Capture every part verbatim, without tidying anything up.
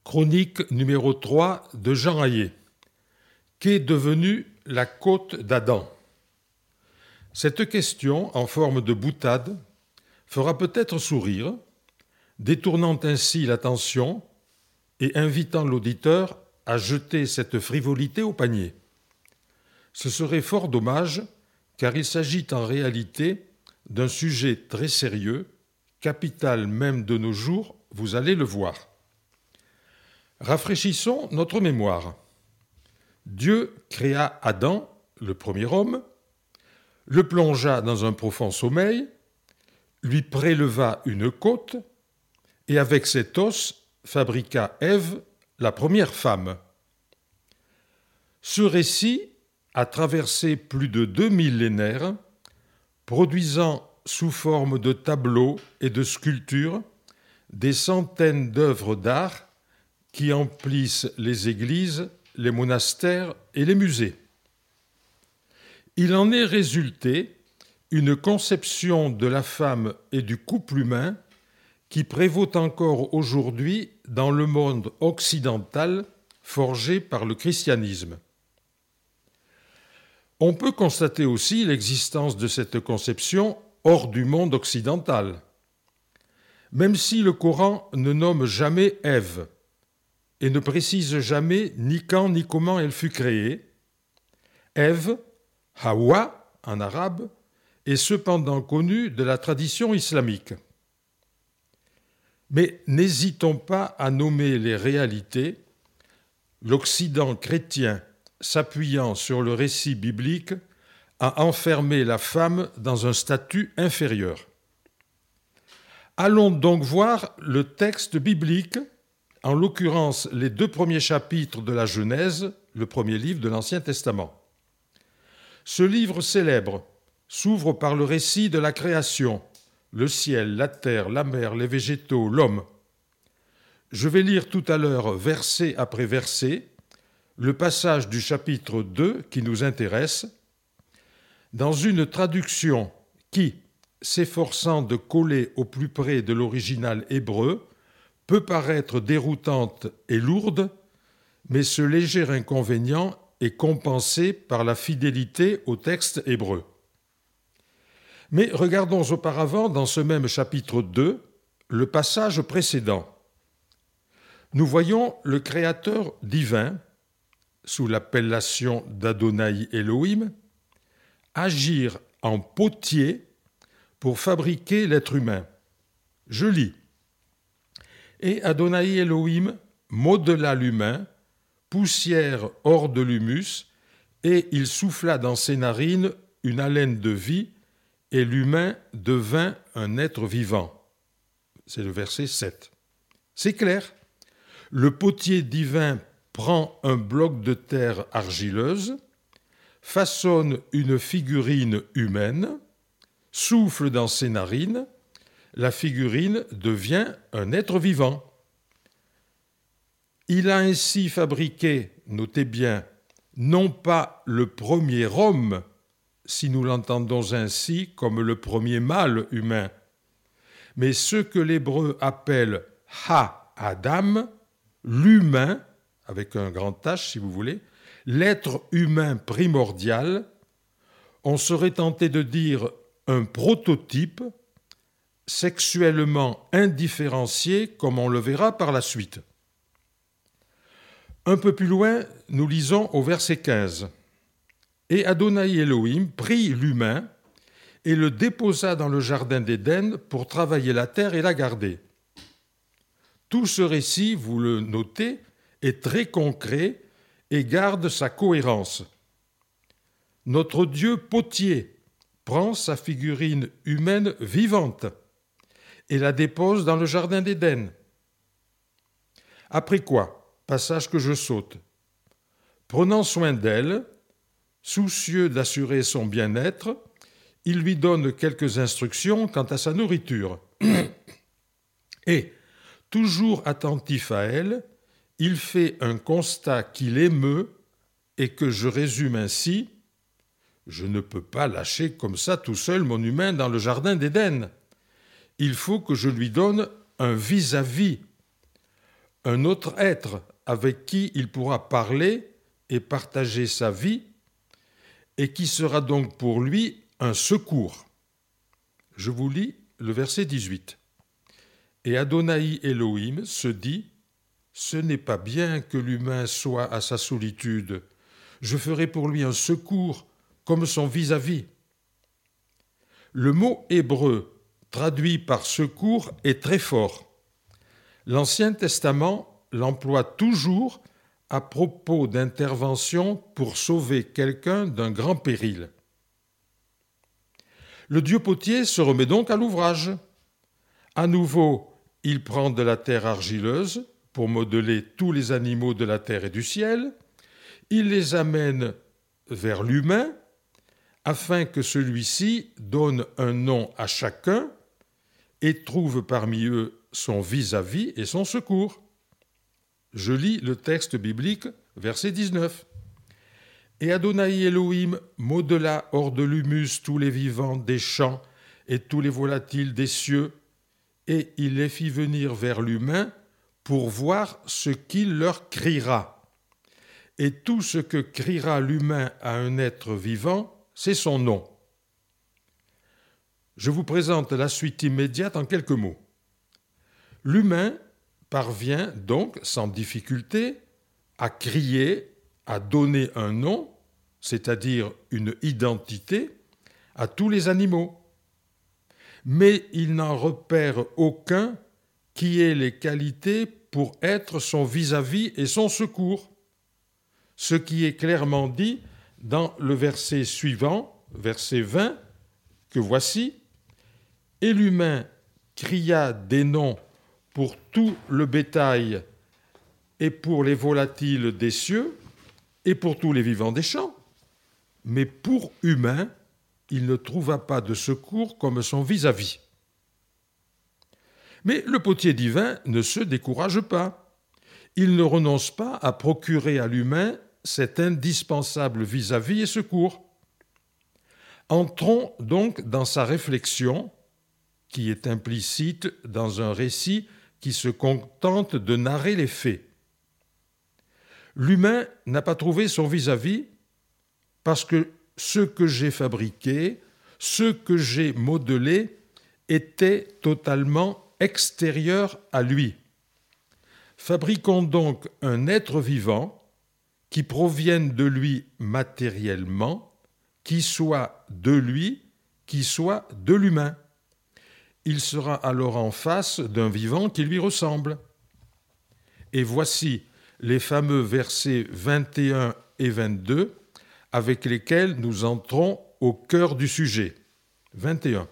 Chronique numéro trois de Jean Hayet. Qu'est devenue la côte d'Adam ? Cette question, en forme de boutade, fera peut-être sourire, détournant ainsi l'attention et invitant l'auditeur à jeter cette frivolité au panier. Ce serait fort dommage, car il s'agit en réalité d'un sujet très sérieux, capital même de nos jours, vous allez le voir. Rafraîchissons notre mémoire. Dieu créa Adam, le premier homme, le plongea dans un profond sommeil, lui préleva une côte, et avec cet os fabriqua Ève, la première femme. Ce récit a traversé plus de deux millénaires, produisant sous forme de tableaux et de sculptures des centaines d'œuvres d'art qui emplissent les églises, les monastères et les musées. Il en est résulté une conception de la femme et du couple humain qui prévaut encore aujourd'hui dans le monde occidental forgé par le christianisme. On peut constater aussi l'existence de cette conception hors du monde occidental. Même si le Coran ne nomme jamais Ève et ne précise jamais ni quand ni comment elle fut créée, Ève, Hawa en arabe, est cependant connue de la tradition islamique. Mais n'hésitons pas à nommer les réalités, l'Occident chrétien s'appuyant sur le récit biblique a enfermé la femme dans un statut inférieur. Allons donc voir le texte biblique, en l'occurrence les deux premiers chapitres de la Genèse, le premier livre de l'Ancien Testament. Ce livre célèbre s'ouvre par le récit de la création, le ciel, la terre, la mer, les végétaux, l'homme. Je vais lire tout à l'heure, verset après verset, le passage du chapitre deux qui nous intéresse, dans une traduction qui, s'efforçant de coller au plus près de l'original hébreu, peut paraître déroutante et lourde, mais ce léger inconvénient est compensé par la fidélité au texte hébreu. Mais regardons auparavant dans ce même chapitre deux le passage précédent. Nous voyons le Créateur divin, sous l'appellation d'Adonai Elohim, agir en potier pour fabriquer l'être humain. Je lis. Et Adonai Elohim modela l'humain, poussière hors de l'humus, et il souffla dans ses narines une haleine de vie, et l'humain devint un être vivant. C'est le verset sept. C'est clair. Le potier divin prend un bloc de terre argileuse, façonne une figurine humaine, souffle dans ses narines, la figurine devient un être vivant. Il a ainsi fabriqué, notez bien, non pas le premier homme, si nous l'entendons ainsi comme le premier mâle humain, mais ce que l'hébreu appelle Ha-Adam, l'humain, avec un grand H si vous voulez, l'être humain primordial, on serait tenté de dire un prototype, sexuellement indifférencié, comme on le verra par la suite. Un peu plus loin, nous lisons au verset quinze. « Et Adonai Elohim prit l'humain et le déposa dans le jardin d'Éden pour travailler la terre et la garder. » Tout ce récit, vous le notez, est très concret et garde sa cohérence. Notre Dieu potier prend sa figurine humaine vivante et la dépose dans le jardin d'Éden. Après quoi, passage que je saute, prenant soin d'elle, soucieux d'assurer son bien-être, il lui donne quelques instructions quant à sa nourriture. Et, toujours attentif à elle, il fait un constat qui l'émeut et que je résume ainsi. Je ne peux pas lâcher comme ça tout seul mon humain dans le jardin d'Éden. Il faut que je lui donne un vis-à-vis, un autre être avec qui il pourra parler et partager sa vie, et qui sera donc pour lui un secours. Je vous lis le verset dix-huit. Et Adonai Elohim se dit, « Ce n'est pas bien que l'humain soit à sa solitude. Je ferai pour lui un secours comme son vis-à-vis. » Le mot hébreu traduit par secours est très fort. L'Ancien Testament l'emploie toujours à propos d'intervention pour sauver quelqu'un d'un grand péril. Le dieu potier se remet donc à l'ouvrage. À nouveau, il prend de la terre argileuse pour modeler tous les animaux de la terre et du ciel. Il les amène vers l'humain afin que celui-ci donne un nom à chacun et trouve parmi eux son vis-à-vis et son secours. Je lis le texte biblique, verset dix-neuf. Et Adonai Elohim modela hors de l'humus tous les vivants des champs et tous les volatiles des cieux, et il les fit venir vers l'humain pour voir ce qu'il leur criera. Et tout ce que criera l'humain à un être vivant, c'est son nom. Je vous présente la suite immédiate en quelques mots. L'humain parvient donc sans difficulté à crier, à donner un nom, c'est-à-dire une identité, à tous les animaux. Mais il n'en repère aucun qui ait les qualités pour être son vis-à-vis et son secours. Ce qui est clairement dit dans le verset suivant, verset vingt, que voici. Et l'humain cria des noms pour tout le bétail et pour les volatiles des cieux et pour tous les vivants des champs. Mais pour humain, il ne trouva pas de secours comme son vis-à-vis. Mais le potier divin ne se décourage pas. Il ne renonce pas à procurer à l'humain cet indispensable vis-à-vis et secours. Entrons donc dans sa réflexion, qui est implicite dans un récit qui se contente de narrer les faits. L'humain n'a pas trouvé son vis-à-vis parce que ce que j'ai fabriqué, ce que j'ai modelé, était totalement extérieur à lui. Fabriquons donc un être vivant qui provienne de lui matériellement, qui soit de lui, qui soit de l'humain. Il sera alors en face d'un vivant qui lui ressemble. Et voici les fameux versets vingt et un et vingt-deux avec lesquels nous entrons au cœur du sujet. vingt et un.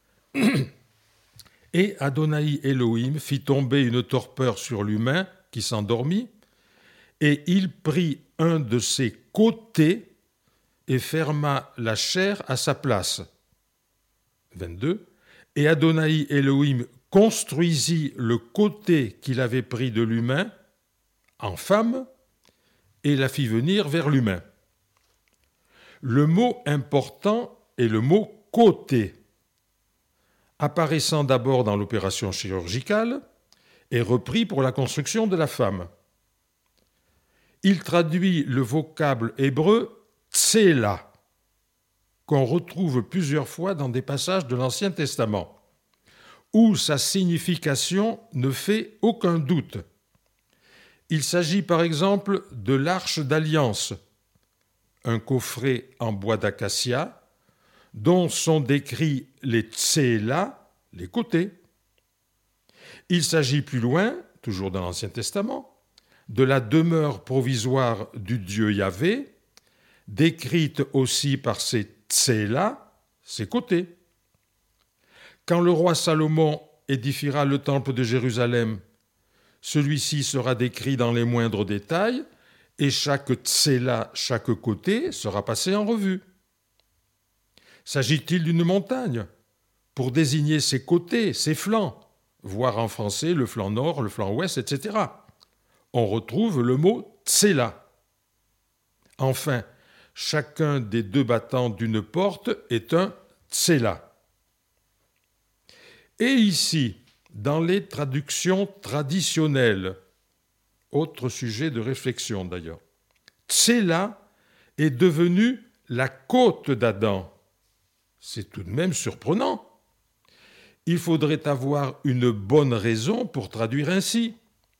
Et Adonai Elohim fit tomber une torpeur sur l'humain qui s'endormit, et il prit un de ses côtés et ferma la chair à sa place. vingt-deux. Et Adonai Elohim construisit le côté qu'il avait pris de l'humain en femme et la fit venir vers l'humain. Le mot important est le mot côté, apparaissant d'abord dans l'opération chirurgicale et repris pour la construction de la femme. Il traduit le vocable hébreu tsela, qu'on retrouve plusieurs fois dans des passages de l'Ancien Testament, où sa signification ne fait aucun doute. Il s'agit par exemple de l'Arche d'Alliance, un coffret en bois d'acacia, dont sont décrits les tsela, les côtés. Il s'agit plus loin, toujours dans l'Ancien Testament, de la demeure provisoire du Dieu Yahvé, décrite aussi par ses tsela, ses côtés. Quand le roi Salomon édifiera le temple de Jérusalem, celui-ci sera décrit dans les moindres détails et chaque tsela, chaque côté, sera passé en revue. S'agit-il d'une montagne pour désigner ses côtés, ses flancs, voire en français le flanc nord, le flanc ouest, et cetera. On retrouve le mot tsela. Enfin, chacun des deux battants d'une porte est un tsela. Et ici, dans les traductions traditionnelles, autre sujet de réflexion d'ailleurs. Tsela est devenue la côte d'Adam. C'est tout de même surprenant. Il faudrait avoir une bonne raison pour traduire ainsi.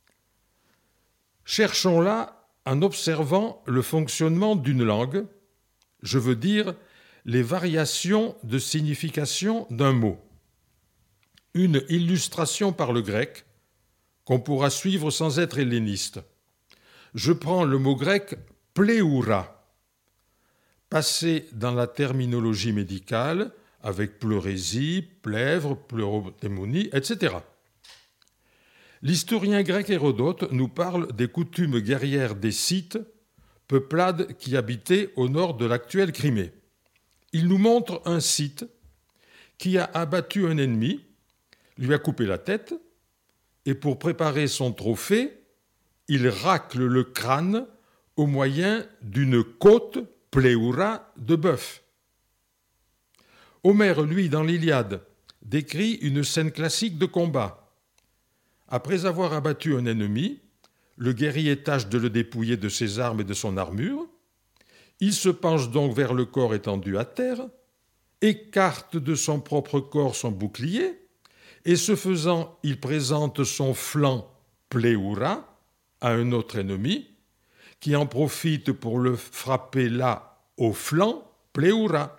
Cherchons-la en observant le fonctionnement d'une langue, je veux dire les variations de signification d'un mot. Une illustration par le grec qu'on pourra suivre sans être helléniste. Je prends le mot grec « pleura », passé dans la terminologie médicale avec pleurésie, plèvre, pleurodémonie, et cetera. L'historien grec Hérodote nous parle des coutumes guerrières des Scythes, peuplade qui habitait au nord de l'actuelle Crimée. Il nous montre un Scythe qui a abattu un ennemi, lui a coupé la tête, et pour préparer son trophée, il racle le crâne au moyen d'une côte pleura de bœuf. Homère, lui, dans l'Iliade, décrit une scène classique de combat. Après avoir abattu un ennemi, le guerrier tâche de le dépouiller de ses armes et de son armure. Il se penche donc vers le corps étendu à terre, écarte de son propre corps son bouclier, et ce faisant, il présente son flanc pleura à un autre ennemi, qui en profite pour le frapper là au flanc pleura.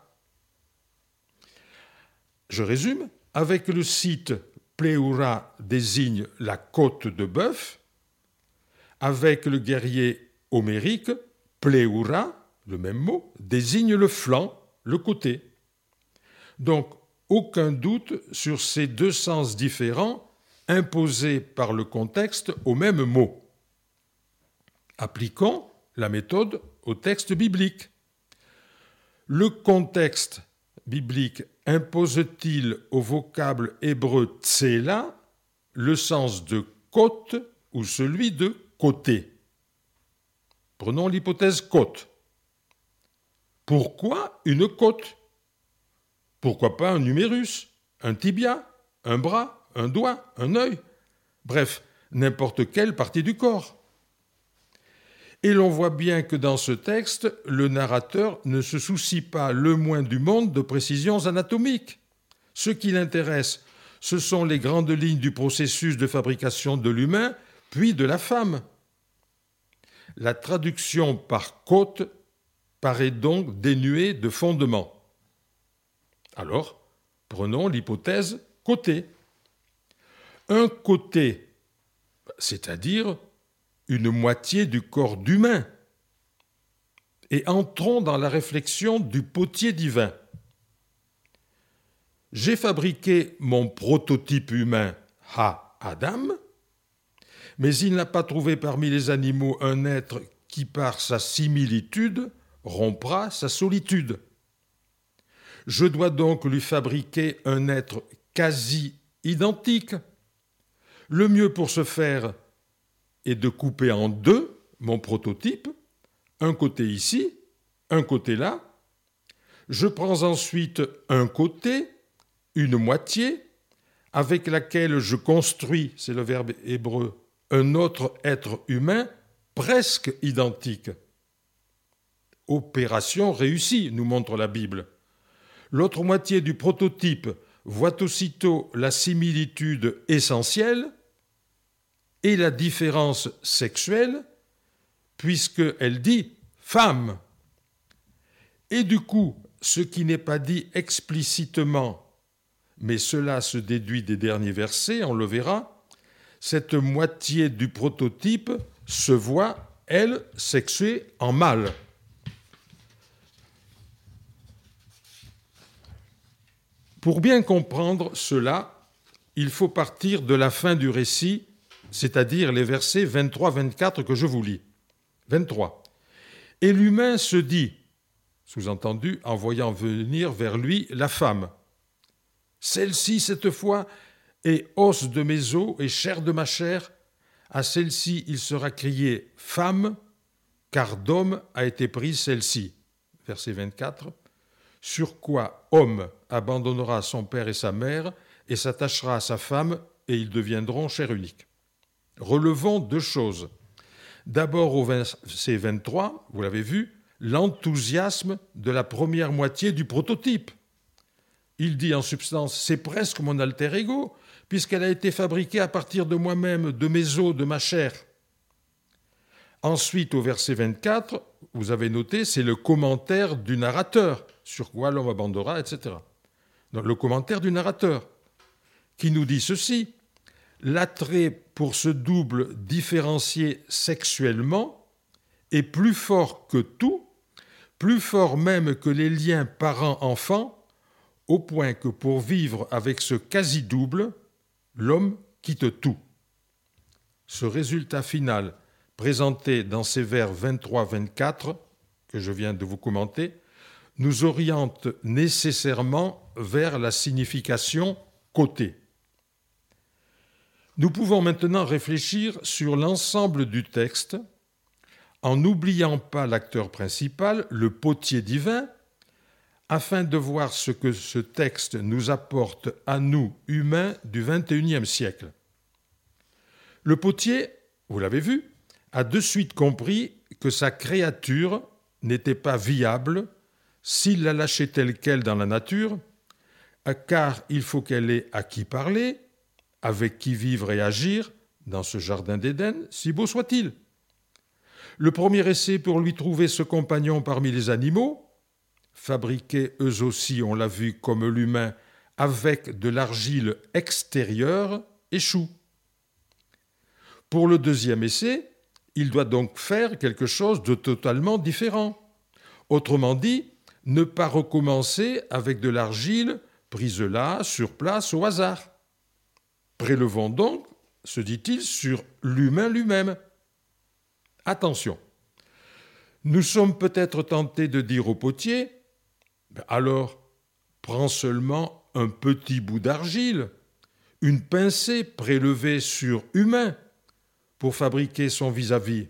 Je résume, avec le Scythe, pleura désigne la côte de bœuf, avec le guerrier homérique, pleura, le même mot, désigne le flanc, le côté. Donc, aucun doute sur ces deux sens différents imposés par le contexte au même mot. Appliquons la méthode au texte biblique. Le contexte biblique impose-t-il au vocable hébreu tsela le sens de côte ou celui de côté? Prenons l'hypothèse côte. Pourquoi une côte? Pourquoi pas un numérus, un tibia, un bras, un doigt, un œil? Bref, n'importe quelle partie du corps. Et l'on voit bien que dans ce texte, le narrateur ne se soucie pas le moins du monde de précisions anatomiques. Ce qui l'intéresse, ce sont les grandes lignes du processus de fabrication de l'humain, puis de la femme. La traduction par côte paraît donc dénuée de fondement. Alors, prenons l'hypothèse côté. Un côté, c'est-à-dire une moitié du corps d'humain. Et entrons dans la réflexion du potier divin. J'ai fabriqué mon prototype humain, Ha-Adam, mais il n'a pas trouvé parmi les animaux un être qui, par sa similitude, rompra sa solitude. Je dois donc lui fabriquer un être quasi identique. Le mieux pour ce faire est de couper en deux mon prototype, un côté ici, un côté là. Je prends ensuite un côté, une moitié, avec laquelle je construis, c'est le verbe hébreu, un autre être humain presque identique. Opération réussie, nous montre la Bible. L'autre moitié du prototype voit aussitôt la similitude essentielle et la différence sexuelle, puisqu'elle dit « femme ». Et du coup, ce qui n'est pas dit explicitement, mais cela se déduit des derniers versets, on le verra, cette moitié du prototype se voit, elle, sexuée en mâle. Pour bien comprendre cela, il faut partir de la fin du récit, c'est-à-dire les versets vingt-trois vingt-quatre que je vous lis. vingt-trois. « Et l'humain se dit, sous-entendu, en voyant venir vers lui la femme, celle-ci, cette fois, est os de mes os et chair de ma chair. À celle-ci, il sera crié femme, car d'homme a été prise celle-ci. » Verset vingt-quatre. « Sur quoi homme abandonnera son père et sa mère et s'attachera à sa femme, et ils deviendront chair unique. » Relevons deux choses. D'abord au verset vingt-trois, vous l'avez vu, l'enthousiasme de la première moitié du prototype. Il dit en substance, c'est presque mon alter ego, puisqu'elle a été fabriquée à partir de moi-même, de mes os, de ma chair. Ensuite, au verset vingt-quatre, vous avez noté, c'est le commentaire du narrateur, sur quoi l'homme abandonnera, et cetera. Donc, le commentaire du narrateur, qui nous dit ceci, l'attrait pour ce double différencié sexuellement est plus fort que tout, plus fort même que les liens parents-enfants, au point que pour vivre avec ce quasi-double, l'homme quitte tout. Ce résultat final, présenté dans ces vers vingt-trois vingt-quatre, que je viens de vous commenter, nous oriente nécessairement vers la signification côté. Nous pouvons maintenant réfléchir sur l'ensemble du texte en n'oubliant pas l'acteur principal, le potier divin, afin de voir ce que ce texte nous apporte à nous, humains du vingt et unième siècle. Le potier, vous l'avez vu, a de suite compris que sa créature n'était pas viable s'il la lâchait telle qu'elle dans la nature, car il faut qu'elle ait à qui parler, avec qui vivre et agir dans ce jardin d'Éden, si beau soit-il. Le premier essai pour lui trouver ce compagnon parmi les animaux, fabriqués eux aussi, on l'a vu, comme l'humain, avec de l'argile extérieure, échoue. Pour le deuxième essai, il doit donc faire quelque chose de totalement différent. Autrement dit, ne pas recommencer avec de l'argile prise là, sur place, au hasard. Prélevons donc, se dit-il, sur l'humain lui-même. Attention, nous sommes peut-être tentés de dire au potier, ben alors, prends seulement un petit bout d'argile, une pincée prélevée sur humain pour fabriquer son vis-à-vis.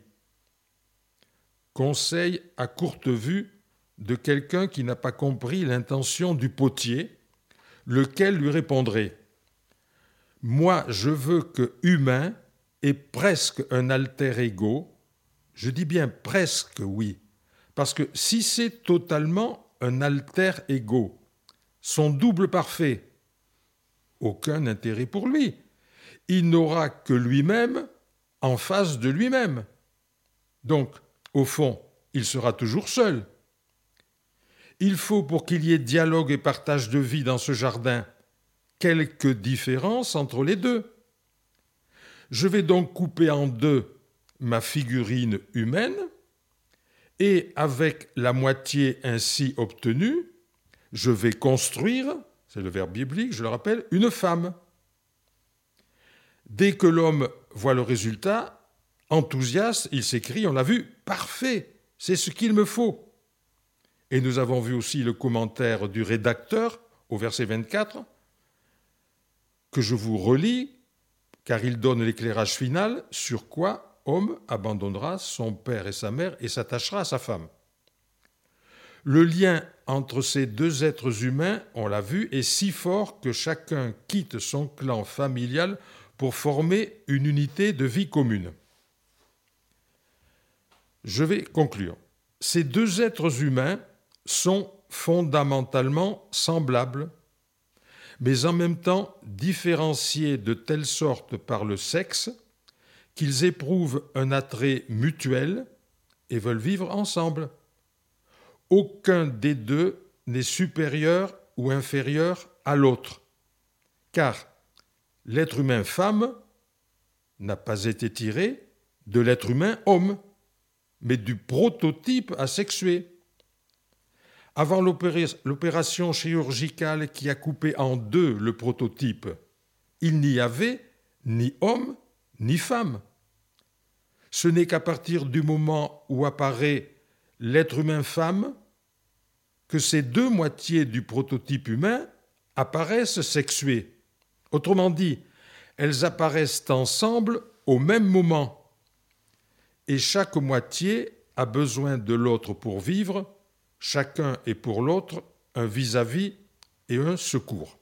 Conseil à courte vue de quelqu'un qui n'a pas compris l'intention du potier, lequel lui répondrait « Moi, je veux que humain ait presque un alter ego. » Je dis bien presque, oui, parce que si c'est totalement un alter ego, son double parfait, aucun intérêt pour lui. Il n'aura que lui-même en face de lui-même. Donc, au fond, il sera toujours seul. Il faut, pour qu'il y ait dialogue et partage de vie dans ce jardin, quelques différences entre les deux. Je vais donc couper en deux ma figurine humaine et avec la moitié ainsi obtenue, je vais construire, c'est le verbe biblique, je le rappelle, une femme. Dès que l'homme voit le résultat, enthousiaste, il s'écrie, on l'a vu, parfait, c'est ce qu'il me faut. Et nous avons vu aussi le commentaire du rédacteur au verset vingt-quatre, que je vous relis, car il donne l'éclairage final sur quoi homme abandonnera son père et sa mère et s'attachera à sa femme. Le lien entre ces deux êtres humains, on l'a vu, est si fort que chacun quitte son clan familial pour former une unité de vie commune. Je vais conclure. Ces deux êtres humains sont fondamentalement semblables, mais en même temps différenciés de telle sorte par le sexe qu'ils éprouvent un attrait mutuel et veulent vivre ensemble. Aucun des deux n'est supérieur ou inférieur à l'autre, car l'être humain femme n'a pas été tiré de l'être humain homme, mais du prototype asexué. Avant l'opération chirurgicale qui a coupé en deux le prototype, il n'y avait ni homme ni femme. Ce n'est qu'à partir du moment où apparaît l'être humain femme que ces deux moitiés du prototype humain apparaissent sexuées. Autrement dit, elles apparaissent ensemble au même moment. Et chaque moitié a besoin de l'autre pour vivre, chacun est pour l'autre un vis-à-vis et un secours.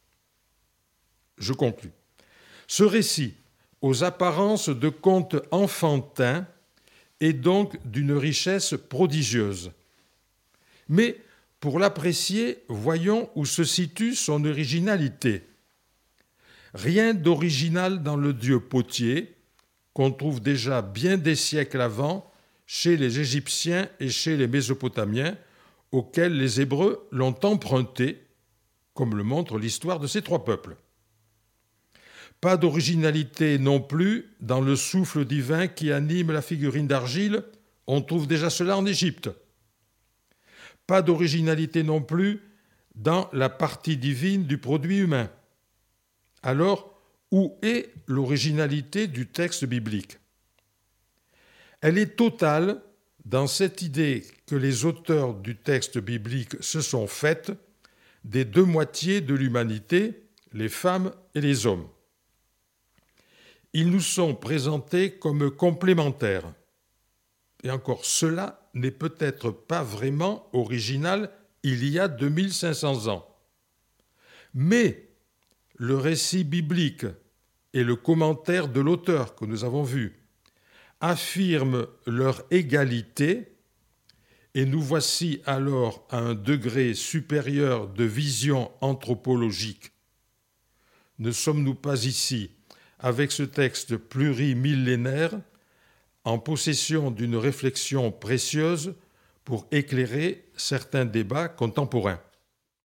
Je conclus. Ce récit, aux apparences de contes enfantins, et donc d'une richesse prodigieuse. Mais pour l'apprécier, voyons où se situe son originalité. Rien d'original dans le dieu potier, qu'on trouve déjà bien des siècles avant chez les Égyptiens et chez les Mésopotamiens, auxquels les Hébreux l'ont emprunté, comme le montre l'histoire de ces trois peuples. Pas d'originalité non plus dans le souffle divin qui anime la figurine d'argile, on trouve déjà cela en Égypte. Pas d'originalité non plus dans la partie divine du produit humain. Alors, où est l'originalité du texte biblique ? Elle est totale dans cette idée que les auteurs du texte biblique se sont faites des deux moitiés de l'humanité, les femmes et les hommes. Ils nous sont présentés comme complémentaires. Et encore, cela n'est peut-être pas vraiment original il y a deux mille cinq cents ans. Mais le récit biblique et le commentaire de l'auteur que nous avons vu affirment leur égalité et nous voici alors à un degré supérieur de vision anthropologique. Ne sommes-nous pas ici, avec ce texte plurimillénaire, en possession d'une réflexion précieuse pour éclairer certains débats contemporains ?